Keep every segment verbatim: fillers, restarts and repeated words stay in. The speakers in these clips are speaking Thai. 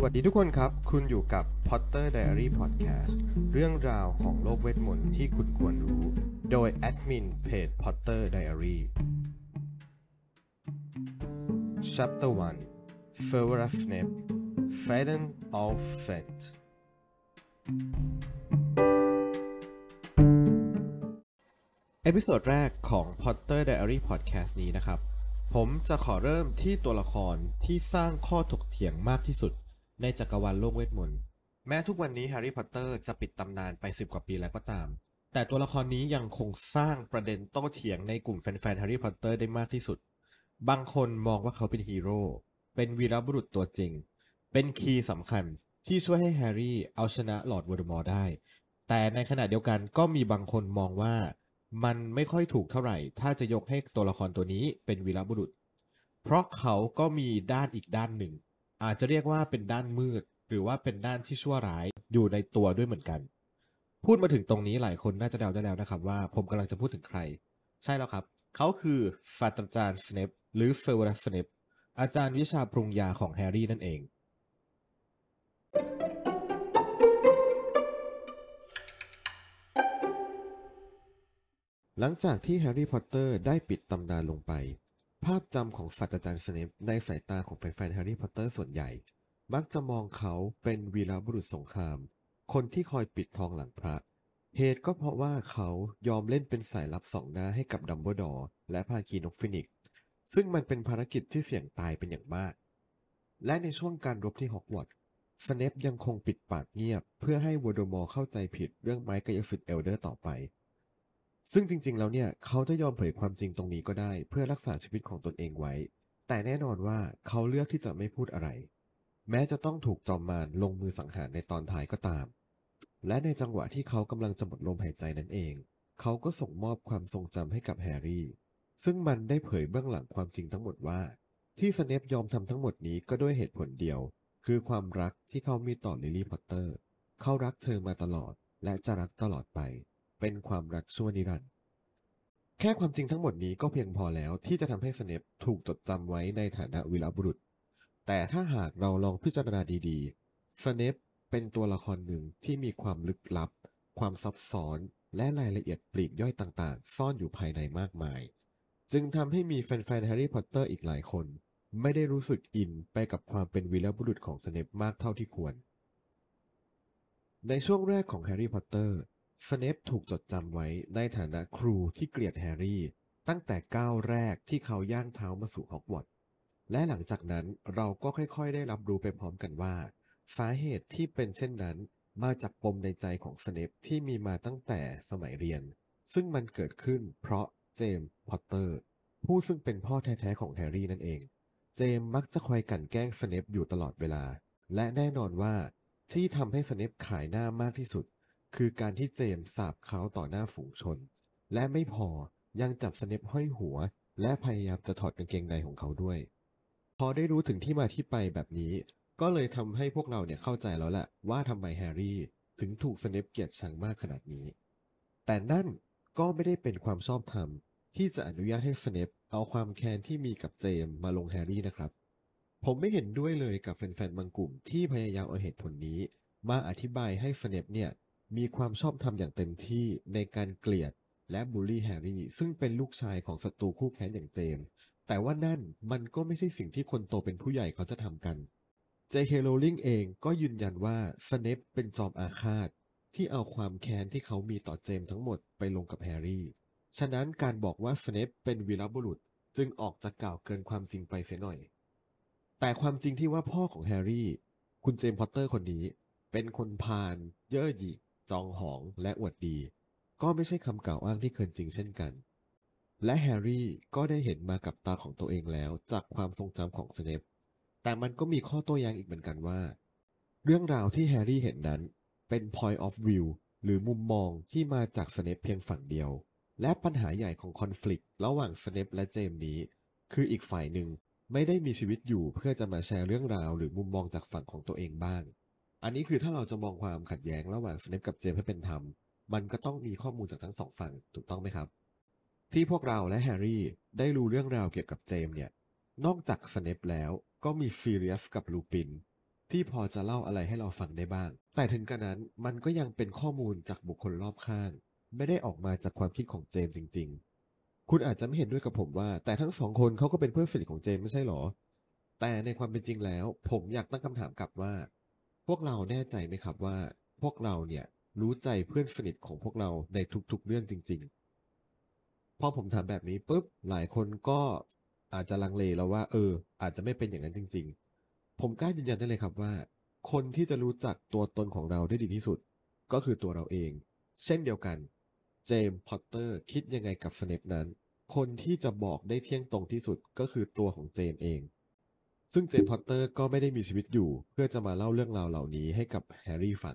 สวัสดีทุกคนครับคุณอยู่กับ Potter Diary Podcast เรื่องราวของโลกเวทมนต์ที่คุณควรรู้โดยแอดมินเพจ Potter Diary Chapter วัน Severus Snape Faden of Fent เอพิโซดแรกของ Potter Diary Podcast นี้นะครับผมจะขอเริ่มที่ตัวละครที่สร้างข้อถกเถียงมากที่สุดในจักรวาลโลกเวทมนต์แม้ทุกวันนี้แฮร์รี่พอตเตอร์จะปิดตำนานไปสิบกว่าปีแล้วก็ตามแต่ตัวละครนี้ยังคงสร้างประเด็นโต้เถียงในกลุ่มแฟนๆแฮร์รี่พอตเตอร์ได้มากที่สุดบางคนมองว่าเขาเป็นฮีโร่เป็นวีรบุรุษตัวจริงเป็นคีย์สำคัญที่ช่วยให้แฮร์รี่เอาชนะลอร์ดโวลเดอมอร์ได้แต่ในขณะเดียวกันก็มีบางคนมองว่ามันไม่ค่อยถูกเท่าไหร่ถ้าจะยกให้ตัวละครตัวนี้เป็นวีรบุรุษเพราะเขาก็มีด้านอีกด้านหนึ่งอาจจะเรียกว่าเป็นด้านมืดหรือว่าเป็นด้านที่ชั่วร้ายอยู่ในตัวด้วยเหมือนกันพูดมาถึงตรงนี้หลายคนน่าจะเดาได้แล้วนะครับว่าผมกำลังจะพูดถึงใครใช่แล้วครับเขาคือศาสตราจารย์สเนปหรือเซเวอรัสสเนปอาจารย์วิชาปรุงยาของแฮร์รี่นั่นเองหลังจากที่แฮร์รี่พอตเตอร์ได้ปิดตำนานลงไปภาพจำของศาสตราจารย์สเนปในสายตาของแฟนๆแฮร์รี่พอตเตอร์ส่วนใหญ่มักจะมองเขาเป็นวีรบุรุษสงครามคนที่คอยปิดทองหลังพระเหตุก็เพราะว่าเขายอมเล่นเป็นสายลับสองหน้าให้กับดัมเบิลดอร์และภาคีนกฟินิกซ์ซึ่งมันเป็นภารกิจที่เสี่ยงตายเป็นอย่างมากและในช่วงการรบที่ฮอกวอตส์สเนปยังคงปิดปากเงียบเพื่อให้โวลเดอมอร์เข้าใจผิดเรื่องไม้กายสิทธิ์เอลเดอร์ต่อไปซึ่งจริงๆแล้วเนี่ยเขาจะยอมเผยความจริงตรงนี้ก็ได้เพื่อรักษาชีวิตของตนเองไว้แต่แน่นอนว่าเขาเลือกที่จะไม่พูดอะไรแม้จะต้องถูกจอมมารลงมือสังหารในตอนท้ายก็ตามและในจังหวะที่เขากำลังจะหมดลมหายใจนั่นเองเขาก็ส่งมอบความทรงจำให้กับแฮร์รี่ซึ่งมันได้เผยเบื้องหลังความจริงทั้งหมดว่าที่สเนปยอมทำทั้งหมดนี้ก็ด้วยเหตุผลเดียวคือความรักที่เขามีต่อลิลลี่พอตเตอร์เขารักเธอมาตลอดและจะรักตลอดไปเป็นความรักชั่วนิรันดร์แค่ความจริงทั้งหมดนี้ก็เพียงพอแล้วที่จะทำให้สเนปถูกจดจำไว้ในฐานะวีรบุรุษแต่ถ้าหากเราลองพิจารณาดีๆสเนปเป็นตัวละครหนึ่งที่มีความลึกลับความซับซ้อนและรายละเอียดปลีกย่อยต่างๆซ่อนอยู่ภายในมากมายจึงทำให้มีแฟนๆแฮร์รี่พอตเตอร์อีกหลายคนไม่ได้รู้สึกอินไปกับความเป็นวีรบุรุษของสเนปมากเท่าที่ควรในช่วงแรกของแฮร์รี่พอตเตอร์สเนปถูกจดจำไว้ในฐานะครูที่เกลียดแฮร์รี่ตั้งแต่ก้าวแรกที่เขาย่างเท้ามาสู่ฮอกวอตส์และหลังจากนั้นเราก็ค่อยๆได้รับรู้ไปพร้อมกันว่าสาเหตุที่เป็นเช่นนั้นมาจากปมในใจของสเนปที่มีมาตั้งแต่สมัยเรียนซึ่งมันเกิดขึ้นเพราะเจมส์พอตเตอร์ผู้ซึ่งเป็นพ่อแท้ๆของแฮร์รี่นั่นเองเจมส์มักจะคอยกลั่นแกล้งสเนปอยู่ตลอดเวลาและแน่นอนว่าที่ทำให้สเนปขายหน้ามากที่สุดคือการที่เจมส์สาปเขาต่อหน้าฝูงชนและไม่พอยังจับสเนปห้อยหัวและพยายามจะถอดกางเกงในของเขาด้วยพอได้รู้ถึงที่มาที่ไปแบบนี้ก็เลยทำให้พวกเราเนี่ยเข้าใจแล้วแหละว่าทำไมแฮร์รี่ถึงถูกสเนปเกลียดชังมากขนาดนี้แต่นั่นก็ไม่ได้เป็นความชอบธรรมที่จะอนุญาตให้สเนปเอาความแค้นที่มีกับเจมส์มาลงแฮร์รี่นะครับผมไม่เห็นด้วยเลยกับแฟนๆบางกลุ่มที่พยายามเอาเหตุผลนี้มาอธิบายให้สเนปเนี่ยมีความชอบธรรมอย่างเต็มที่ในการเกลียดและบูลลี่แฮร์รี่ซึ่งเป็นลูกชายของศัตรูคู่แค้นอย่างเจมส์แต่ว่านั่นมันก็ไม่ใช่สิ่งที่คนโตเป็นผู้ใหญ่เขาจะทำกัน เจ เค Rowling เองก็ยืนยันว่าสเนปเป็นจอมอาฆาตที่เอาความแค้นที่เขามีต่อเจมส์ทั้งหมดไปลงกับแฮร์รี่ฉะนั้นการบอกว่าสเนปเป็นวีรบุรุษจึงออกจะกล่าวเกินความจริงไปเสียหน่อยแต่ความจริงที่ว่าพ่อของแฮร์รี่คุณเจมส์พอตเตอร์คนนี้เป็นคนพาลเย่อหยิ่งจองหองและอวดดีก็ไม่ใช่คำกล่าวอ้างที่เกินจริงเช่นกันและแฮร์รี่ก็ได้เห็นมากับตาของตัวเองแล้วจากความทรงจำของสเนปแต่มันก็มีข้อโต้แย้งอีกเหมือนกันว่าเรื่องราวที่แฮร์รี่เห็นนั้นเป็น point of view หรือมุมมองที่มาจากสเนปเพียงฝั่งเดียวและปัญหาใหญ่ของคอนฟลิกต์ระหว่างสเนปและเจมส์นี้คืออีกฝ่ายหนึ่งไม่ได้มีชีวิตอยู่เพื่อจะมาแชร์เรื่องราวหรือมุมมองจากฝั่งของตัวเองบ้างอันนี้คือถ้าเราจะมองความขัดแย้งระหว่างสเนปกับเจมส์ให้เป็นธรรมมันก็ต้องมีข้อมูลจากทั้งสองฝั่งถูกต้องไหมครับที่พวกเราและแฮร์รี่ได้รู้เรื่องราวเกี่ยวกับเจมส์เนี่ยนอกจากสเนปแล้วก็มีซีเรียสกับลูปินที่พอจะเล่าอะไรให้เราฟังได้บ้างแต่ถึงกระนั้นมันก็ยังเป็นข้อมูลจากบุคคลรอบข้างไม่ได้ออกมาจากความคิดของเจมส์จริงๆคุณอาจจะไม่เห็นด้วยกับผมว่าแต่ทั้งสองคนเขาก็เป็นเพื่อนสนิทของเจมส์ไม่ใช่หรอแต่ในความเป็นจริงแล้วผมอยากตั้งคำถามกลับว่าพวกเราแน่ใจไหมครับว่าพวกเราเนี่ยรู้ใจเพื่อนสนิทของพวกเราในทุกๆเรื่องจริงๆพอผมถามแบบนี้ปุ๊บหลายคนก็อาจจะลังเลแล้วว่าเอออาจจะไม่เป็นอย่างนั้นจริงๆผมกล้ายืนยันได้เลยครับว่าคนที่จะรู้จักตัวตนของเราได้ดีที่สุดก็คือตัวเราเองเช่นเดียวกันเจมส์พอตเตอร์คิดยังไงกับสเนปนั้นคนที่จะบอกได้เที่ยงตรงที่สุดก็คือตัวของเจมส์เองซึ่งเจมส์พอตเตอร์ก็ไม่ได้มีชีวิตอยู่เพื่อจะมาเล่าเรื่องราวเหล่านี้ให้กับแฮร์รี่ฟัง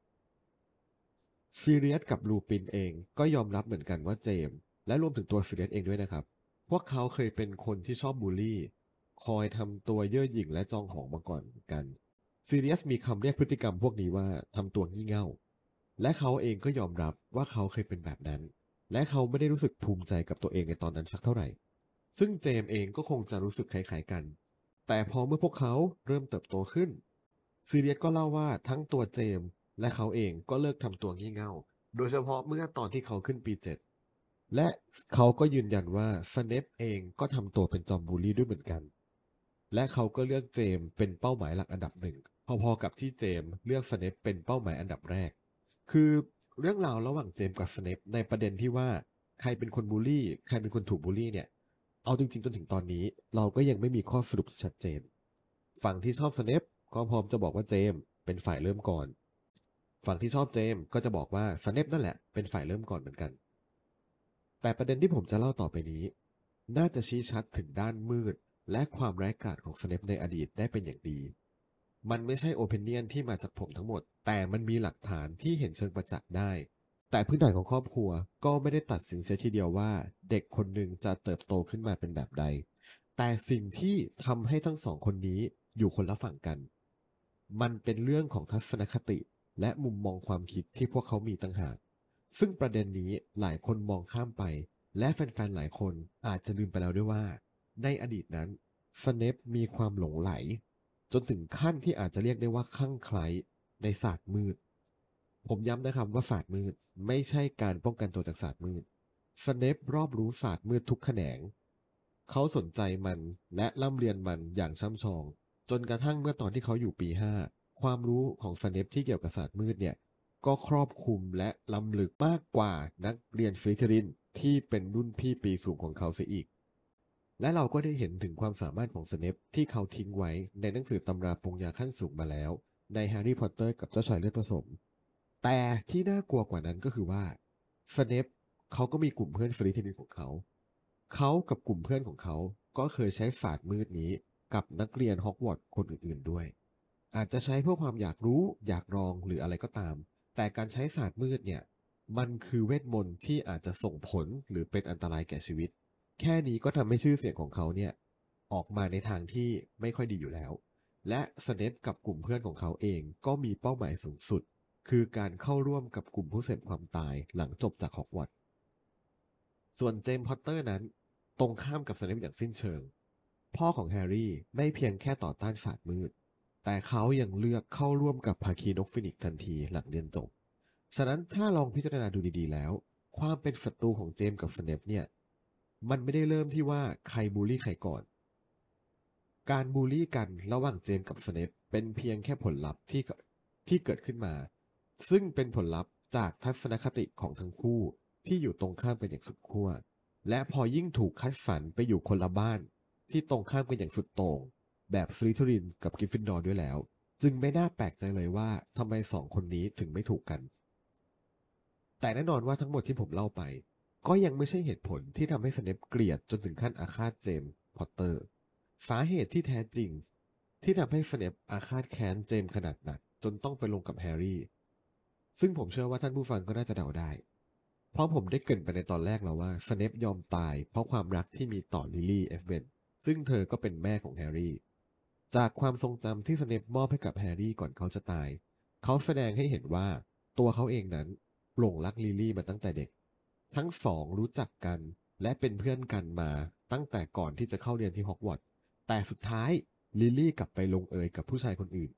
ซีเรียสกับลูปินเองก็ยอมรับเหมือนกันว่าเจมส์และรวมถึงตัวซีเรียสเองด้วยนะครับพวกเขาเคยเป็นคนที่ชอบบูลลี่คอยทำตัวเย่อหยิ่งและจองหองมาก่อนเหมือนกันซีเรียสมีคำเรียกพฤติกรรมพวกนี้ว่าทำตัวงี่เง่าและเขาเองก็ยอมรับว่าเขาเคยเป็นแบบนั้นและเขาไม่ได้รู้สึกภูมิใจกับตัวเองในตอนนั้นสักเท่าไหร่ซึ่งเจมส์เองก็คงจะรู้สึกคล้ายๆกันแต่พอเมื่อพวกเขาเริ่มเติบโตขึ้นซีเรียสก็เล่าว่าทั้งตัวเจมส์และเขาเองก็เลิกทำตัวงี่เง่า โดยเฉพาะเมื่อตอนที่เขาขึ้นปีเจ็ดและเขาก็ยืนยันว่าสเนปเองก็ทำตัวเป็นจอมบูลลี่ด้วยเหมือนกันและเขาก็เลือกเจมส์เป็นเป้าหมายหลักอันดับหนึ่งพอๆกับที่เจมส์เลือกสเนปเป็นเป้าหมายอันดับแรกคือเรื่องราวระหว่างเจมส์กับสเนปในประเด็นที่ว่าใครเป็นคนบูลลี่ใครเป็นคนถูกบูลลี่เนี่ยเอาจริงๆจนถึงตอนนี้เราก็ยังไม่มีข้อสรุปที่ชัดเจนฝั่งที่ชอบสเนปก็พร้อมจะบอกว่าเจมส์เป็นฝ่ายเริ่มก่อน ฝั่งที่ชอบเจมส์ก็จะบอกว่าสเนปนั่นแหละเป็นฝ่ายเริ่มก่อนเหมือนกันแต่ประเด็นที่ผมจะเล่าต่อไปนี้น่าจะชี้ชัดถึงด้านมืดและความร้ายกาจของสเนปในอดีตได้เป็นอย่างดีมันไม่ใช่โอเพนเนียนที่มาจากผมทั้งหมดแต่มันมีหลักฐานที่เห็นเชิงประจักษ์ได้แต่พื้นฐานของครอบครัวก็ไม่ได้ตัดสินเสียทีเดียวว่าเด็กคนหนึ่งจะเติบโตขึ้นมาเป็นแบบใดแต่สิ่งที่ทำให้ทั้งสองคนนี้อยู่คนละฝั่งกันมันเป็นเรื่องของทัศนคติ และมุมมองความคิดที่พวกเขามีต่างหาก ซึ่งประเด็นนี้หลายคนมองข้ามไป และแฟนๆหลายคนอาจจะลืมไปแล้วด้วยว่า ในอดีตนั้นสเนปมีความหลงไหล จนถึงขั้นที่อาจจะเรียกได้ว่าคลั่งไคล้ในศาสตร์มืด ผมย้ำนะครับว่าศาสตร์มืดไม่ใช่การป้องกันตัวจากศาสตร์มืดสเนปรอบรู้ศาสตร์มืดทุกแขนง เขาสนใจมันและร่ำเรียนมันอย่างช่ำชองจนกระทั่งเมื่อตอนที่เขาอยู่ปีห้าความรู้ของสเนปที่เกี่ยวกับศาสตร์มืดเนี่ยก็ครอบคลุมและล้ำลึกมากกว่านักเรียนฟริเทรินที่เป็นรุ่นพี่ปีสูงของเขาเสียอีกและเราก็ได้เห็นถึงความสามารถของสเนปที่เขาทิ้งไว้ในหนังสือตำราปรุงยาขั้นสูงมาแล้วในแฮร์รี่พอตเตอร์กับเจ้าชายเลือดผสมแต่ที่น่ากลัวกว่านั้นก็คือว่าสเนปเขาก็มีกลุ่มเพื่อนฟริเทรินของเขา เขากับกลุ่มเพื่อนของเขาก็เคยใช้ศาสตร์มืดนี้กับนักเรียนฮอกวอตส์คนอื่นๆด้วยอาจจะใช้เพื่อความอยากรู้อยากลองหรืออะไรก็ตามแต่การใช้ศาสตร์มืดเนี่ยมันคือเวทมนต์ที่อาจจะส่งผลหรือเป็นอันตรายแก่ชีวิตแค่นี้ก็ทำให้ชื่อเสียงของเขาเนี่ยออกมาในทางที่ไม่ค่อยดีอยู่แล้วและสเนปกับกลุ่มเพื่อนของเขาเองก็มีเป้าหมายสูงสุดคือการเข้าร่วมกับกลุ่มผู้เสพความตายหลังจบจากฮอกวอตส์ ส่วนเจมส์พอตเตอร์นั้นตรงข้ามกับสเนปอย่างสิ้นเชิงพ่อของแฮร์รี่ไม่เพียงแค่ต่อต้านศาสตร์มืดแต่เขายังเลือกเข้าร่วมกับภาคีนกฟินิกซ์ทันทีหลังเรียนจบฉะนั้นถ้าลองพิจารณาดูดีๆแล้วความเป็นศัตรูของเจมส์กับสเนปเนี่ยมันไม่ได้เริ่มที่ว่าใครบูลลี่ใครก่อนการบูลลี่กันระหว่างเจมส์กับสเนปเป็นเพียงแค่ผลลัพธ์ที่ที่เกิดขึ้นมาซึ่งเป็นผลลัพธ์จากทัศนคติของทั้งคู่ ที่อยู่ตรงข้ามกันอย่างสุดขั้วและพอยิ่งถูกคัดสรรไปอยู่คนละบ้านที่ตรงข้ามกันอย่างสุดโต่งแบบสลิธีรินกับกริฟฟินดอร์ด้วยแล้วจึงไม่น่าแปลกใจเลยว่าทำไมสองคนนี้ถึงไม่ถูกกันแต่แน่นอนว่าทั้งหมดที่ผมเล่าไปก็ยังไม่ใช่เหตุผลที่ทำให้สเนปเกลียดจนถึงขั้นอาฆาตเจมส์พอตเตอร์สาเหตุที่แท้จริงที่ทำให้สเนปอาฆาตแค้นเจมส์ขนาดหนักจนต้องไปลงกับแฮร์รี่ซึ่งผมเชื่อว่าท่านผู้ฟังก็น่าจะเดาได้ เพราะผมได้เกริ่นไปในตอนแรกแล้วว่าสเนปยอมตายเพราะความรักที่มีต่อลิลลี่เอฟเวนซึ่งเธอก็เป็นแม่ของแฮร์รี่จากความทรงจำที่สเนปมอบให้กับแฮร์รี่ก่อนเขาจะตายเขาแสดงให้เห็นว่าตัวเขาเองนั้นหลงรักลิลลี่มาตั้งแต่เด็กทั้งสองรู้จักกันและเป็นเพื่อนกันมาตั้งแต่ก่อนที่จะเข้าเรียนที่ฮอกวอตส์แต่สุดท้ายลิลลี่กลับไปลงเอยกับผู้ชายคนอื่น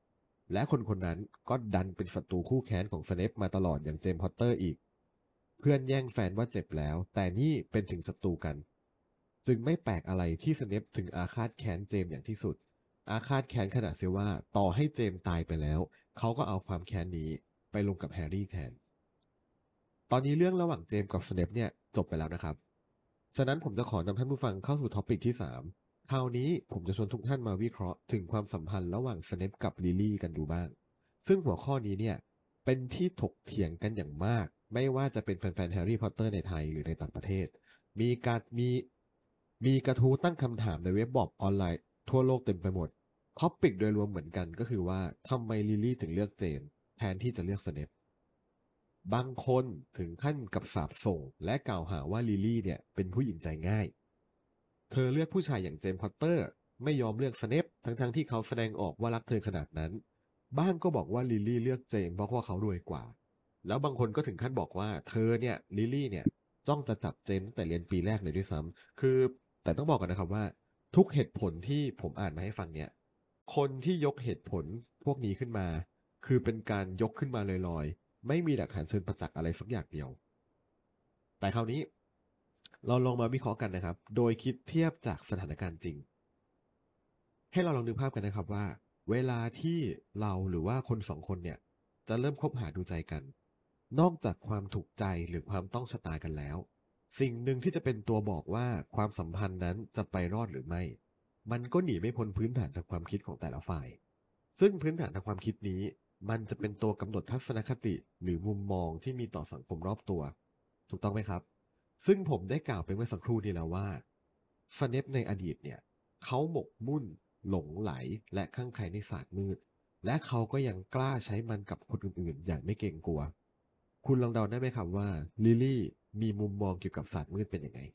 และคนคนนั้นก็ดันเป็นศัตรูคู่แค้นของสเนปมาตลอดอย่างเจมส์พอตเตอร์อีกเพื่อนแย่งแฟนว่าเจ็บแล้วแต่นี่เป็นถึงศัตรูกันจึงไม่แปลกอะไรที่สเนปถึงอาฆาตแค้นเจมส์อย่างที่สุดอาฆาตแค้นขนาดเสียว่าต่อให้เจมส์ตายไปแล้วเขาก็เอาความแค้นนี้ไปลงกับแฮร์รี่แทนตอนนี้เรื่องระหว่างเจมส์กับสเนปเนี่ยจบไปแล้วนะครับฉะนั้นผมจะขอนำท่านผู้ฟังเข้าสู่ท็อปิกที่สามคราวนี้ผมจะชวนทุกท่านมาวิเคราะห์ถึงความสัมพันธ์ระหว่างสเนปกับลิลลี่กันดูบ้างซึ่งหัวข้อนี้เนี่ยเป็นที่ถกเถียงกันอย่างมากไม่ว่าจะเป็นแฟนๆแฮร์รี่พอตเตอร์ในไทยหรือในต่างประเทศมีการมีมีกระทู้ตั้งคำถามในเว็บบอร์ดออนไลน์ทั่วโลกเต็มไปหมดท็อปิกโดยรวมเหมือนกันก็คือว่าทำไมลิลลี่ถึงเลือกเจมส์แทนที่จะเลือกสเนปบางคนถึงขั้นกับสาปส่งและกล่าวหาว่าลิลลี่เนี่ยเป็นผู้หญิงใจง่ายเธอเลือกผู้ชายอย่างเจมส์พอตเตอร์ไม่ยอมเลือกสเนปทั้งๆที่เขาแสดงออกว่ารักเธอขนาดนั้นบ้างก็บอกว่าลิลลี่เลือกเจมส์เพราะว่าเขารวยกว่าแล้วบางคนก็ถึงขั้นบอกว่าเธอเนี่ยลิลลี่เนี่ยจ้องจะจับเจมส์ตั้งแต่เรียนปีแรกเลยด้วยซ้ำคือแต่ต้องบอกกันนะครับว่าทุกเหตุผลที่ผมอ่านมาให้ฟังเนี่ยคนที่ยกเหตุผลพวกนี้ขึ้นมาคือเป็นการยกขึ้นมาลอยๆไม่มีหลักฐานเชิงประจักษ์อะไรสักอย่างเดียวแต่คราวนี้เราลองมาวิเคราะห์กันนะครับโดยคิดเทียบจากสถานการณ์จริงให้เราลองนึกภาพกันนะครับว่าเวลาที่เราหรือว่าคนสองคนเนี่ยจะเริ่มคบหาดูใจกันนอกจากความถูกใจหรือความต้องชะตากันแล้วสิ่งหนึ่งที่จะเป็นตัวบอกว่าความสัมพันธ์นั้นจะไปรอดหรือไม่มันก็หนีไม่พ้นพื้นฐานทางความคิดของแต่ละฝ่ายซึ่งพื้นฐานทางความคิดนี้มันจะเป็นตัวกำหนดทัศนคติหรือมุมมองที่มีต่อสังคมรอบตัวถูกต้องไหมครับซึ่งผมได้กล่าวไปเมื่อสักครู่นี้แล้วว่าสเนปในอดีตเนี่ยเขาหมกมุ่นหลงไหลและคลั่งไคล้ในศาสตร์มืดและเขาก็ยังกล้าใช้มันกับคนอื่นๆอย่างไม่เกรงกลัวคุณลองเดาได้ไหมครับว่าลิลลี่มีมุมมองเกี่ยวกับศาสตร์มืดเป็นยังไง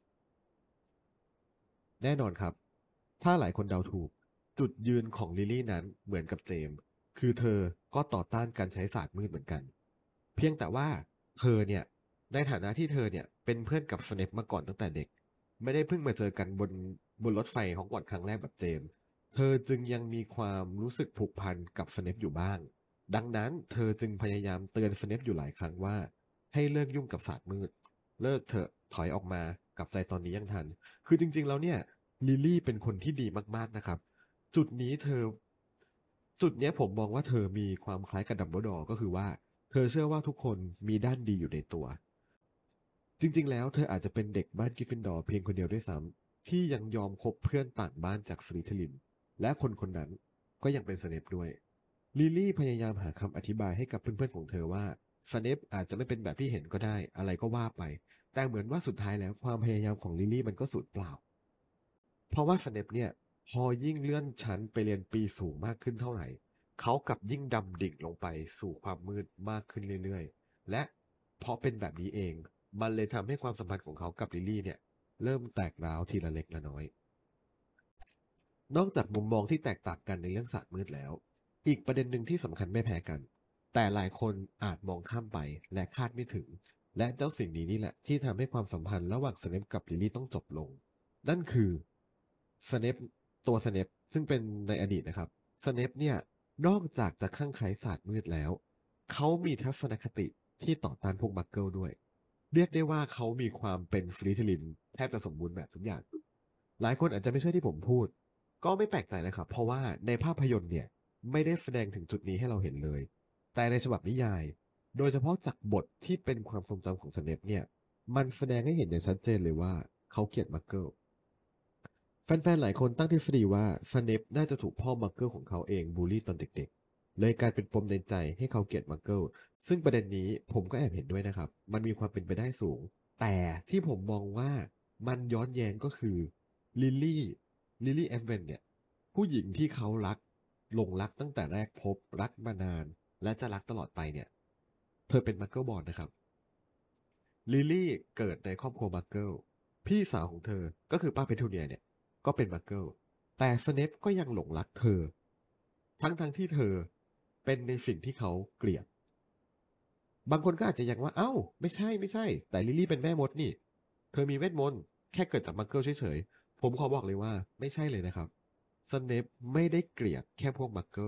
แน่นอนครับถ้าหลายคนเดาถูกจุดยืนของลิลลี่นั้นเหมือนกับเจมส์คือเธอก็ต่อต้านการใช้ศาสตร์มืดเหมือนกันเพียงแต่ว่าเธอเนี่ยในฐานะที่เธอเนี่ยเป็นเพื่อนกับสเนปมาก่อนตั้งแต่เด็กไม่ได้เพิ่งมาเจอกันบนบนรถไฟฮอกวอตส์ครั้งแรกแบบเจมส์เธอจึงยังมีความรู้สึกผูกพันกับสเนปอยู่บ้างดังนั้นเธอจึงพยายามเตือนสเนปอยู่หลายครั้งว่าให้เลิกยุ่งกับศาสตร์มืดเลิกเถอะถอยออกมากลับใจตอนนี้ยังทันคือจริงๆแล้วเนี่ยลิลลี่เป็นคนที่ดีมากๆนะครับจุดนี้เธอจุดเนี้ยผมมองว่าเธอมีความคล้ายกับดัมเบิลดอร์ก็คือว่าเธอเชื่อว่าทุกคนมีด้านดีอยู่ในตัวจริงๆแล้วเธออาจจะเป็นเด็กบ้านกริฟฟินดอร์เพียงคนเดียวด้วยซ้ำที่ยังยอมคบเพื่อนต่างบ้านจากสลิธีรินและคนคนนั้นก็ยังเป็นสเนปด้วยลิลลี่พยายามหาคำอธิบายให้กับเพื่อนๆของเธอว่าสเนปอาจจะไม่เป็นแบบที่เห็นก็ได้อะไรก็ว่าไปแต่เหมือนว่าสุดท้ายแล้วความพยายามของลิลลี่มันก็สูญเปล่า เพราะว่าสเนปเนี่ยพอยิ่งเลื่อนชั้นไปเรียนปีสูงมากขึ้นเท่าไหร่เขากลับยิ่งดำดิ่งลงไปสู่ความมืดมากขึ้นเรื่อยๆและเพราะเป็นแบบนี้เองมันเลยทำให้ความสัมพันธ์ของเขากับลิลลี่เนี่ยเริ่มแตกร้าวทีละเล็กละน้อยนอกจากมุมมองที่แตกต่างกันในเรื่องศาสตร์มืดแล้วอีกประเด็นหนึ่งที่สำคัญไม่แพ้กันแต่หลายคนอาจมองข้ามไปและคาดไม่ถึงและเจ้าสิ่งนี้นี่แหละที่ทำให้ความสัมพันธ์ระหว่างสเนปกับลิลลี่ต้องจบลงนั่นคือ สเนปตัวสเนปซึ่งเป็นในอดีตนะครับสเนปเนี่ยนอกจากจะคลั่งไคล้ศาสตร์มืดแล้วเขามีทัศนคติที่ต่อต้านพวกมักเกิลด้วยเรียกได้ว่าเขามีความเป็นสลิธีรินแทบจะสมบูรณ์แบบทุกอย่างหลายคนอาจจะไม่ใช่ที่ผมพูดก็ไม่แปลกใจนะครับเพราะว่าในภาพยนตร์เนี่ยไม่ได้แสดงถึงจุดนี้ให้เราเห็นเลยแต่ในฉบับนิยายโดยเฉพาะจากบทที่เป็นความทรงจำของสเนปเนี่ยมันแสดงให้เห็นอย่างชัดเจนเลยว่าเขาเกลียดมักเกิล แฟนๆ หลายคนตั้งทฤษฎีว่าสเนปน่าจะถูกพ่อมักเกิลของเขาเองบูลลี่ตอนเด็กๆ เลยกลายเป็นปมในใจให้เขาเกลียดมักเกิลซึ่งประเด็นนี้ผมก็แอบเห็นด้วยนะครับ มันมีความเป็นไปได้สูง แต่ที่ผมมองว่ามันย้อนแย้งก็คือลิลลี่ลิลลี่เอฟเวนเนี่ยผู้หญิงที่เขารักหลงรักตั้งแต่แรกพบรักมานานและจะรักตลอดไปเนี่ยเธอเป็นมักเกิลบอร์นนะครับลิลลี่เกิดในครอบครัวมักเกิลพี่สาวของเธอก็คือป้าเพทูเนียเนี่ย ก็เป็นมักเกิลแต่สเนปก็ยังหลงรักเธอ ทั้งทั้งที่เธอเป็นในสิ่งที่เขาเกลียด บางคนก็อาจจะยังว่าเอ้าไม่ใช่ไม่ใช่แต่ลิลลี่เป็นแม่มดนี่เธอมีเวทมนต์แค่เกิดจากมักเกิลเฉยๆผมขอบอกเลยว่าไม่ใช่เลยนะครับสเนปไม่ได้เกลียดแค่พวกมักเกิล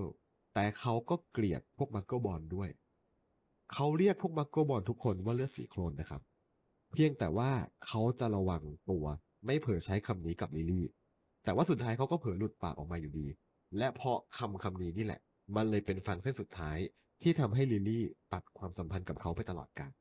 แต่เขาก็เกลียดพวกมักเกิลบอลด้วยเขาเรียกพวกมักเกิลบอลทุกคนว่าเลือดสีโคลนนะครับเพียงแต่ว่าเขาจะระวังตัวไม่เผลอใช้คำนี้กับลิลลี่แต่ว่าสุดท้ายเขาก็เผลอหลุดปากออกมาอยู่ดีและเพราะคำคำนี้นี่แหละมันเลยเป็นฟางเส้นสุดท้ายที่ทำให้ลิลลี่ตัดความสัมพันธ์กับเขาไปตลอดกาล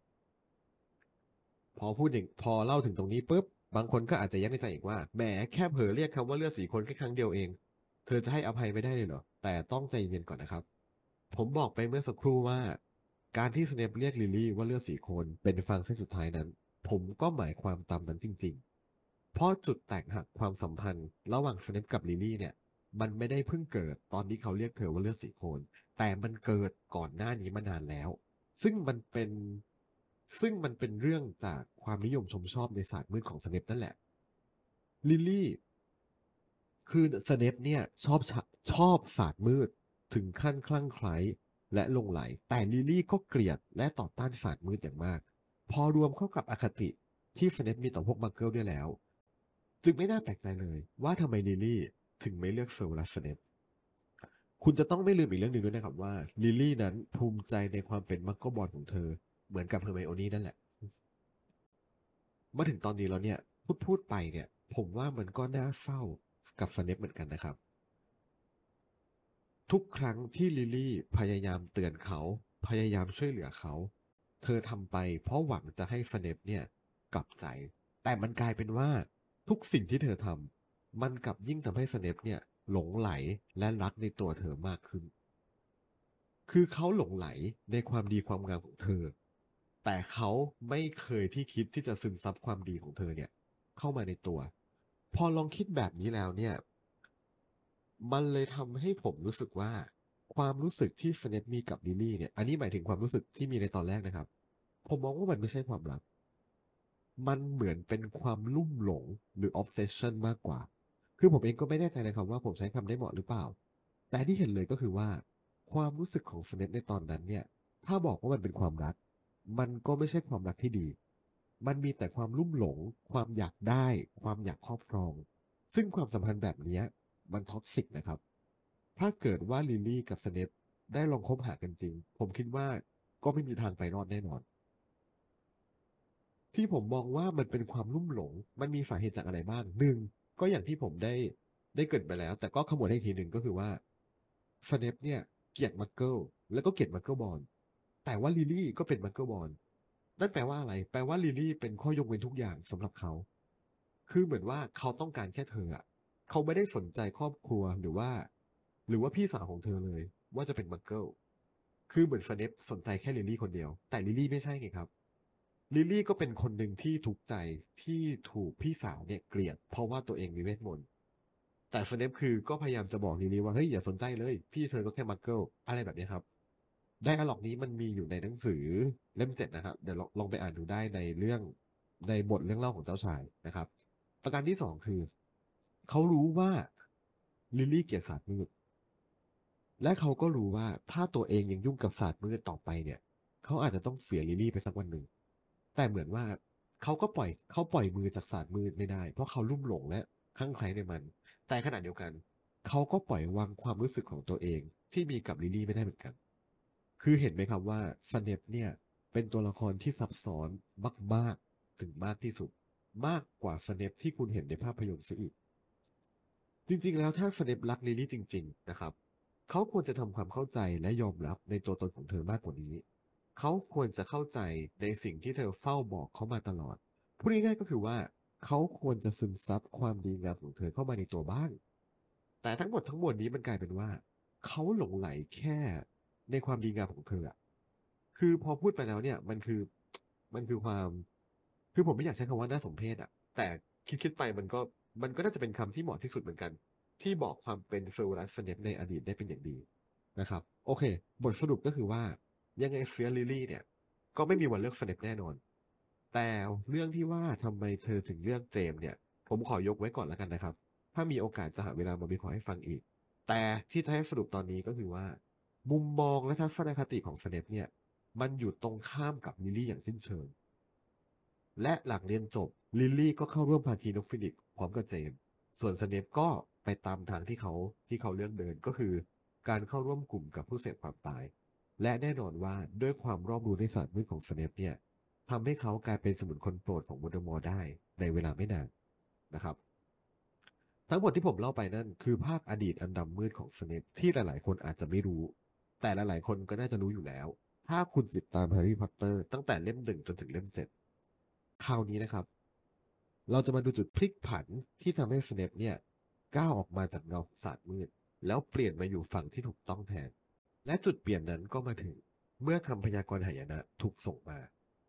พอพูดอย่างพอเล่าถึงตรงนี้ปุ๊บบางคนก็อาจจะยักในใจอีกว่าแหมแค่เผลอเรียกคำว่าเลือดสีโคลนแค่ครั้งเดียวเองเธอจะให้อภัยไม่ได้เลยเหรอแต่ต้องใจเย็นก่อนนะครับ ผมบอกไปเมื่อสักครู่ว่าการที่สเนปเรียกลิลลี่ว่าเลือดสีโคนเป็นฟางเส้นสุดท้ายนั้นผมก็หมายความตามนั้นจริงๆเพราะจุดแตกหักความสัมพันธ์ระหว่างสเนปกับลิลลี่เนี่ยมันไม่ได้เพิ่งเกิดตอนที่เขาเรียกเธอว่าเลือดสีโคนแต่มันเกิดก่อนหน้านี้มานานแล้วซึ่งมันเป็นซึ่งมันเป็นเรื่องจากความนิยมชมชอบในศาสตร์มืดของสเนปนั่นแหละลิลลี่ คือสเนปเนี่ยชอบชะชอบศาสตร์มืดถึงขั้นคลั่งไคล้และหลงไหลแต่ลิลลี่ก็เกลียดและต่อต้านศาสตร์มืดอย่างมากพอรวมเข้ากับอคติที่สเนปมีต่อพวกมักเกิลด้วยแล้วจึงไม่น่าแปลกใจเลยว่าทำไมลิลลี่ถึงไม่เลือกเซลล์และสเนปคุณจะต้องไม่ลืมอีกเรื่องหนึ่งด้วยนะครับว่าลิลลี่นั้นภูมิใจในความเป็นมักเกิลบอลของเธอเหมือนกับเฮอร์ไมโอนี่นั่นแหละมาถึงตอนนี้แล้วเนี่ยพูดพูดไปเนี่ยผมว่ามันก็น่าเศร้ากับสเนปเหมือนกันนะครับ ทุกครั้งที่ลิลลี่พยายามเตือนเขาพยายามช่วยเหลือเขาเธอทำไปเพราะหวังจะให้สเนปเนี่ยกลับใจแต่มันกลายเป็นว่าทุกสิ่งที่เธอทำมันกลับยิ่งทำให้สเนปเนี่ยหลงไหลและรักในตัวเธอมากขึ้นคือเขาหลงไหลในความดีความงามของเธอแต่เขาไม่เคยที่คิดที่จะซึมซับความดีของเธอเนี่ยเข้ามาในตัวพอลองคิดแบบนี้แล้วเนี่ย มันเลยทำให้ผมรู้สึกว่าความรู้สึกที่สเนปมีกับลิลลี่เนี่ยอันนี้หมายถึงความรู้สึกที่มีในตอนแรกนะครับผมมองว่ามันไม่ใช่ความรักมันเหมือนเป็นความลุ่มหลงหรือ obsession มากกว่าคือผมเองก็ไม่แน่ใจนะครับว่าผมใช้คำได้เหมาะหรือเปล่าแต่ที่เห็นเลยก็คือว่าความรู้สึกของสเนปในตอนนั้นเนี่ยถ้าบอกว่ามันเป็นความรักมันก็ไม่ใช่ความรักที่ดีมันมีแต่ความลุ่มหลงความอยากได้ความอยากครอบครองซึ่งความสัมพันธ์แบบเนี้ย มันท็อกซิกนะครับ ถ้าเกิดว่าลิลลี่กับสเนปได้ลองคบหากันจริง ผมคิดว่าก็ไม่มีทางไปรอดแน่นอน ที่ผมมองว่ามันเป็นความลุ่มหลง มันมีสาเหตุจากอะไรบ้างหนึ่งก็อย่างที่ผมได้ได้เกริดไปแล้ว แต่ก็ขมวดให้อีกทีหนึ่งก็คือว่าสเนปเนี่ยเกลียดมักเกิลแล้วก็เกลียดมักเกิลบอลแต่ว่าลิลลี่ก็เป็นมักเกิลบอลนั่นแปลว่าอะไร แปลว่าลิลลี่เป็นข้อยกเว้นทุกอย่างสำหรับเขา คือเหมือนว่าเขาต้องการแค่เธออะเขาไม่ได้สนใจครอบครัวหรือว่าหรือว่าพี่สาวของเธอเลยว่าจะเป็นมักเกิลคือเหมือนสเนปสนใจแค่ลิลลี่คนเดียวแต่ลิลลี่ไม่ใช่ไงครับลิลลี่ก็เป็นคนหนึ่งที่ทุกข์ใจที่ถูกพี่สาวเนี่ยเกลียดเพราะว่าตัวเองมีเวทมนต์แต่สเนปคือก็พยายามจะบอกลิลลี่ว่าเฮ้ยอย่าสนใจเลยพี่เธอก็แค่มักเกิลอะไรแบบนี้ครับไดอะล็อกนี้มันมีอยู่ในหนังสือเล่มเจ็ดนะครับเดี๋ยวลองลองไปอ่านดูได้ในเรื่องในบทเรื่องเล่าของเจ้าชายนะครับ ประการที่สองคือเขารู้ว่าลิลลี่เกลียดศาสตร์มืดและเขาก็รู้ว่าถ้าตัวเองยังยุ่งกับศาสตร์มืดต่อไปเนี่ยเขาอาจจะต้องเสียลิลลี่ไปสักวันหนึ่งแต่เหมือนว่าเขาก็ปล่อยเขาปล่อยมือจากศาสตร์มืดไม่ได้เพราะเขาลุ่มหลงและคลั่งไคล้ในมันแต่ขณะเดียวกันเขาก็ปล่อยวางความรู้สึกของตัวเองที่มีกับลิลลี่ไม่ได้เหมือนกันคือเห็นไหมครับว่าสเนปเนี่ยเป็นตัวละครที่ซับซ้อนมากๆถึงมากที่สุด มากกว่าสเนปที่คุณเห็นในภาพยนตร์ซะอีก จริงๆแล้วถ้าสเนปรักลิลลี่จริงๆนะครับเขาควรจะทำความเข้าใจและยอมรับในตัวตนของเธอมากกว่านี้ เขาควรจะเข้าใจในสิ่งที่เธอเฝ้าบอกเขามาตลอด พูดง่ายๆก็คือว่าเขาควรจะซึมซับความดีงามของเธอเข้ามาในตัวบ้าง แต่ทั้งหมดทั้งมวลนี้มันกลายเป็นว่าเขาหลงไหลแค่ในความดีงามของเธออะคือพอพูดไปแล้วเนี่ยมันคือมันคือความคือผมไม่อยากใช้คำว่าน่าสมเพชอะแต่คิดคิดไปมันก็มันก็น่าจะเป็นคำที่เหมาะที่สุดเหมือนกันที่บอกความเป็นเฟอร์รัสเฟเนปในอดีตได้เป็นอย่างดีนะครับโอเคบทสรุปก็คือว่ายังไงเฟียลิลี่เนี่ยก็ไม่มีวันเลือกเฟเนปแน่นอนแต่เรื่องที่ว่าทำไมเธอถึงเลือกเจมส์เนี่ยผมขอยกไว้ก่อนแล้วกันนะครับ ถ้ามีโอกาสจะหาเวลามาวิเคราะห์ให้ฟังอีก แต่ที่จะให้สรุปตอนนี้ก็คือว่ามุมมองและทัศนคติของสเนปเนี่ยมันอยู่ตรงข้ามกับลิลลี่อย่างสิ้นเชิงและหลังเรียนจบลิลลี่ก็เข้าร่วมภาคีนกฟินิกซ์พร้อมกับเจมส์ส่วนสเนปก็ไปตามทางที่เขาที่เขาเลือกเดินก็คือการเข้าร่วมกลุ่มกับผู้เสพความตาย และแน่นอนว่าด้วยความรอบรู้ในศาสตร์มืดของสเนปเนี่ยทำให้เขากลายเป็นสมุนคนโปรดของโวลเดอมอร์ได้ในเวลาไม่นานนะครับทั้งหมดที่ผมเล่าไปนั่นคือภาพอดีตอันดำมืดของสเนปที่หลายๆคนอาจจะไม่รู้ แต่หลายๆคนก็น่าจะรู้อยู่แล้ว ถ้าคุณติดตามแฮร์รี่พอตเตอร์ตั้งแต่เล่มหนึ่งจนถึงเล่มเจ็ดคราวนี้นะครับ เราจะมาดูจุดพลิกผันที่ทำให้สเนปเนี่ยก้าวออกมาจากเงาของศาสตร์มืดแล้วเปลี่ยนมาอยู่ฝั่งที่ถูกต้องแทน และจุดเปลี่ยนนั้นก็มาถึงเมื่อคำพยากรณ์หายนะถูกส่งมา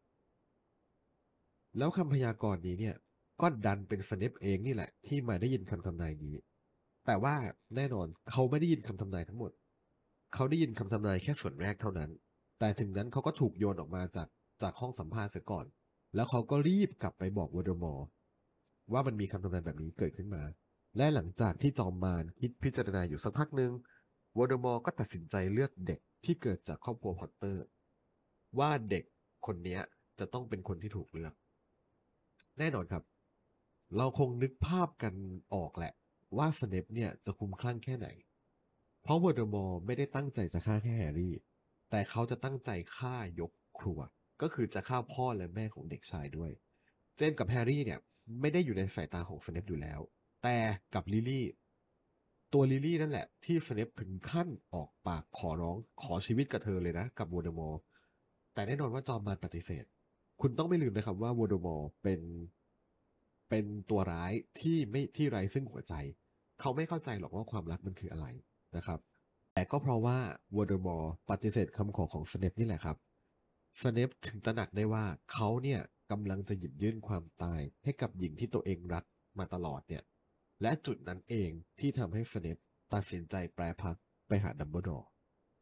แล้วคำพยากรณ์นี้เนี่ยก็ดันเป็นสเนปเองนี่แหละที่มาได้ยินคำทำนายนี้ แต่ว่าแน่นอนเขาไม่ได้ยินคำทำนายทั้งหมด เขาได้ยินคำทำนายแค่ส่วนแรกเท่านั้น แต่ถึงนั้นเขาก็ถูกโยนออกมาจากจากห้องสัมภาษณ์เสียก่อน แล้วเขาก็รีบกลับไปบอกวอเดอมอร์ว่ามันมีคำทำนายแบบนี้เกิดขึ้นมา และหลังจากที่จอมมารคิดพิจารณาอยู่สักพักหนึ่งวอเดอมอร์ก็ตัดสินใจเลือกเด็กที่เกิดจากครอบครัวพอตเตอร์ ว่าเด็กคนนี้จะต้องเป็นคนที่ถูกเลือก แน่นอนครับ เราคงนึกภาพกันออกแหละว่าสเนปเนี่ยจะคุ้มคลั่งแค่ไหน เพราะวอร์ดมอร์ไม่ได้ตั้งใจจะฆ่าแค่แฮร์รี่ แต่เขาจะตั้งใจฆ่ายกครัว ก็คือจะฆ่าพ่อและแม่ของเด็กชายด้วย เจมส์กับแฮร์รี่เนี่ยไม่ได้อยู่ในสายตาของสเนปอยู่แล้ว แต่กับลิลลี่ ตัวลิลลี่นั่นแหละที่สเนปถึงขั้นออกปากขอร้องขอชีวิตกับเธอเลยนะกับวอร์ดมอร์แต่แน่นอนว่าจอมมารปฏิเสธ คุณต้องไม่ลืมนะครับว่าวอร์ดมอร์เป็นเป็นตัวร้ายที่ไม่ที่ไร้ซึ่งหัวใจ เขาไม่เข้าใจหรอกว่าความรักมันคืออะไรนะครับ แต่ก็เพราะว่าวอร์ดมอร์ปฏิเสธคำขอของสเนปนี่แหละครับสเนปถึงตระหนักได้ว่าเขาเนี่ยกำลังจะหยิบยื่นความตายให้กับหญิงที่ตัวเองรักมาตลอดเนี่ยและจุดนั้นเองที่ทำให้สเนปตัดสินใจแปรพักไปหาดัมเบิลดอร์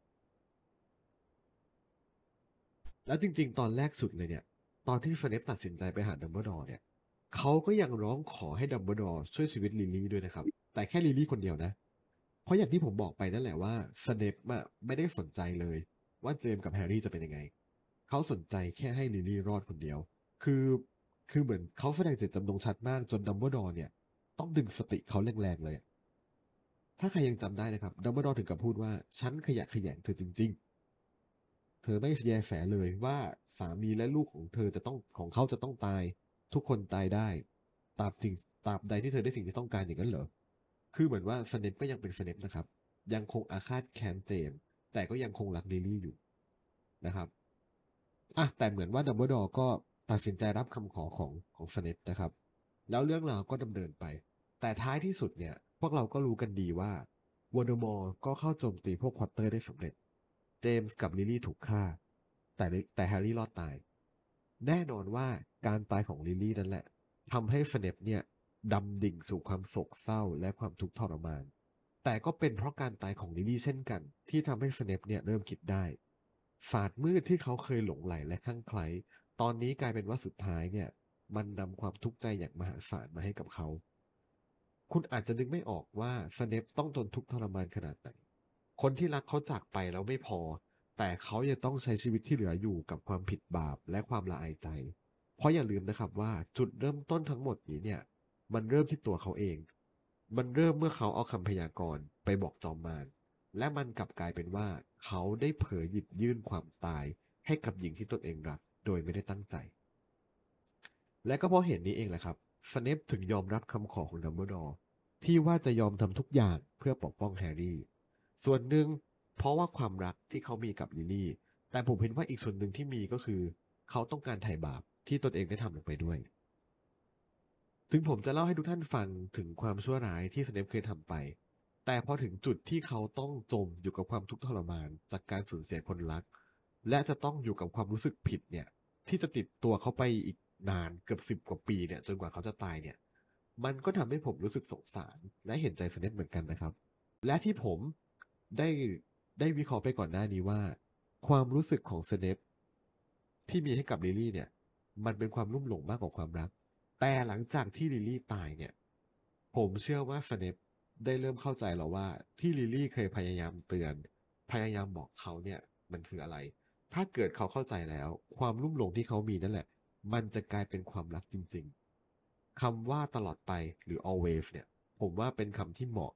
แล้วจริงๆตอนแรกสุดเลยเนี่ยตอนที่สเนปตัดสินใจไปหาดัมเบิลดอร์เนี่ยเขาก็ยังร้องขอให้ดัมเบิลดอร์ช่วยชีวิตลิลลี่ด้วยนะครับแต่แค่ลิลลี่คนเดียวนะ เพราะอย่างที่ผมบอกไปนั่นแหละว่าสเนปอะไม่ได้สนใจเลยว่าเจมส์กับแฮร์รี่จะเป็นยังไง เขาสนใจแค่ให้ลิลลี่รอดคนเดียว คือคือเหมือนเขาแสดงเจตจำนงชัดมากจนดัมเบิลดอร์เนี่ยต้องดึงสติเขาแรงๆเลย ถ้าใครยังจำได้นะครับดัมเบิลดอร์ถึงกับพูดว่าฉันขยะแขยงเธอจริงๆ เธอไม่แยแฝเลยว่าสามีและลูกของเธอจะต้องของเขาจะต้องตายทุกคนตายได้ตราบสิ่งตราบใดที่เธอได้สิ่งที่ต้องการอย่างนั้นเหรอ คือเหมือนว่าสเนปก็ยังเป็นสเนปนะครับยังคงอาฆาตแค้นเจมส์แต่ก็ยังคงรักลิลลี่อยู่นะครับอ่ะแต่เหมือนว่าดัมเบิลดอร์ก็ตัดสินใจรับคำขอของของสเนปนะครับแล้วเรื่องราวก็ดำเนินไปแต่ท้ายที่สุดเนี่ยพวกเราก็รู้กันดีว่าวอร์ดมอร์ก็เข้าโจมตีพวกพอตเตอร์ได้สำเร็จเจมส์กับลิลลี่ถูกฆ่าแต่แต่แฮร์รี่รอดตายแน่นอนว่าการตายของลิลลี่นั่นแหละทำให้สเนปเนี่ยดำดิ่งสู่ความโศกเศร้าและความทุกข์ทรมาน แต่ก็เป็นเพราะการตายของลิลลี่เช่นกันที่ทำให้สเนปเนี่ยเริ่มคิดได้ศาสตร์มืดที่เขาเคยหลงใหลและคลั่งไคล้ตอนนี้กลายเป็นว่าสุดท้ายเนี่ยมันนำความทุกข์ใจอย่างมหาศาลมาให้กับเขาคุณอาจจะนึกไม่ออกว่าสเนปต้องทนทุกข์ทรมานขนาดไหนคนที่รักเขาจากไปแล้วไม่พอแต่เขายังต้องใช้ชีวิตที่เหลืออยู่กับความผิดบาปและความละอายใจเพราะอย่าลืมนะครับว่าจุดเริ่มต้นทั้งหมดนี้เนี่ยมันเริ่มที่ตัวเขาเอง มันเริ่มเมื่อเขาเอาคำพยากรณ์ไปบอกจอมมารและมันกลับกลายเป็นว่าเขาได้เผยหยิบยื่นความตายให้กับหญิงที่ตนเองรักโดยไม่ได้ตั้งใจ และก็เพราะเหตุนี้เองแหละครับสเนปถึงยอมรับคำขอของดัมเบิลดอร์ที่ว่าจะยอมทำทุกอย่างเพื่อปกป้องแฮร์รี่ ส่วนหนึ่งเพราะว่าความรักที่เขามีกับลิลลี่ แต่ผมเห็นว่าอีกส่วนหนึ่งที่มีก็คือเขาต้องการไถ่บาปที่ตนเองได้ทำลงไปด้วย ถึงผมจะเล่าให้ทุกท่านฟังถึงความชั่วร้ายที่สเนปเคยทำไป แต่พอถึงจุดที่เขาต้องจมอยู่กับความทุกข์ทรมานจากการสูญเสียคนรัก และจะต้องอยู่กับความรู้สึกผิดเนี่ยที่จะติดตัวเขาไปอีกนานเกือบสิบกว่าปีเนี่ยจนกว่าเขาจะตายเนี่ยมันก็ทำให้ผมรู้สึกสงสารและเห็นใจสเนปเหมือนกันนะครับ และที่ผมได้ได้วิเคราะห์ไปก่อนหน้านี้ว่าความรู้สึกของสเนปที่มีให้กับลิลลี่เนี่ยมันเป็นความลุ่มหลงมากกว่าความรัก แต่หลังจากที่ลิลลี่ตายเนี่ยผมเชื่อว่าสเนปได้เริ่มเข้าใจแล้วว่าที่ลิลลี่เคยพยายามเตือนพยายามบอกเขาเนี่ยมันคืออะไรถ้าเกิดเขาเข้าใจแล้วความลุ่มหลงที่เขามีนั่นแหละมันจะกลายเป็นความรักจริงๆคำว่าตลอดไปหรือ always เนี่ยผมว่าเป็นคำที่เหมาะ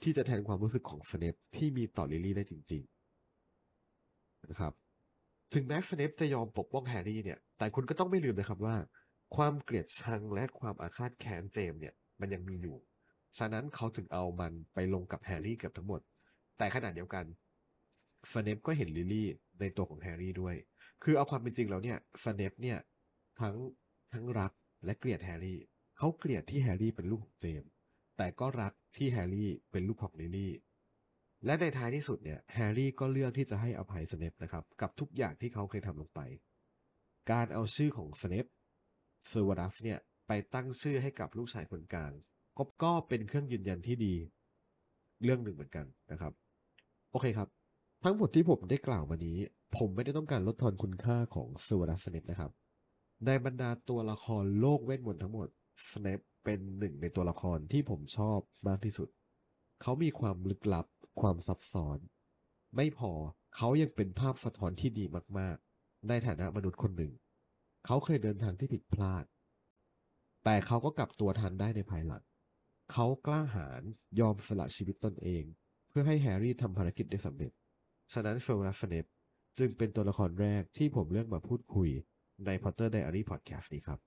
ที่จะแทนความรู้สึกของสเนปที่มีต่อลิลลี่ได้จริงๆนะครับถึงแม้สเนปจะยอมปกป้องแฮร์รี่เนี่ยแต่คุณก็ต้องไม่ลืมนะครับว่าความเกลียดชังและความอาฆาตแค้นเจมส์เนี่ยมันยังมีอยู่ฉะนั้นเขาถึงเอามันไปลงกับแฮร์รี่เกือบทั้งหมดแต่ขณะเดียวกันสเนปก็เห็นลิลลี่ในตัวของแฮร์รี่ด้วยคือเอาความเป็นจริงแล้วเนี่ยสเนปเนี่ยทั้งทั้งรักและเกลียดแฮร์รี่เขาเกลียดที่แฮร์รี่เป็นลูกของเจมส์แต่ก็รักที่แฮร์รี่เป็นลูกของลิลลี่และในท้ายที่สุดเนี่ยแฮร์รี่ก็เลือกที่จะให้อภัยสเนปนะครับกับทุกอย่างที่เขาเคยทำลงไปการเอาชื่อของสเนปเซอร์วารัสเนี่ยไปตั้งชื่อให้กับลูกชายคนกลางก็ก็เป็นเครื่องยืนยันที่ดีเรื่องหนึ่งเหมือนกันนะครับโอเคครับทั้งหมดที่ผมได้กล่าวมานี้ผมไม่ได้ต้องการลดทอนคุณค่าของเซอร์วารัสสเนปนะครับในบรรดาตัวละครโลกเวทมนต์ทั้งหมดสเนปเป็นหนึ่งในตัวละครที่ผมชอบมากที่สุดเขามีความลึกลับความซับซ้อนไม่พอเขายังเป็นภาพสะท้อนที่ดีมากๆในฐานะมนุษย์คนหนึ่งเขาเคยเดินทางที่ผิดพลาดแต่เขาก็กลับตัวทันได้ในภายหลังเขากล้าหาญยอมสละชีวิตตนเองเพื่อให้แฮร์รี่ทำภารกิจได้สำเร็จฉะนั้นเซอร์รัสเนปจึงเป็นตัวละครแรกที่ผมเลือกมาพูดคุยใน Potter Diary Podcast นี้ครับ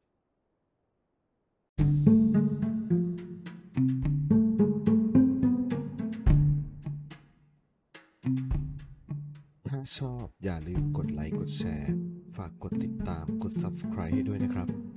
ถ้าชอบอย่าลืมกดไลค์กดแชร์ฝากกดติดตามกด Subscribe ให้ด้วยนะครับ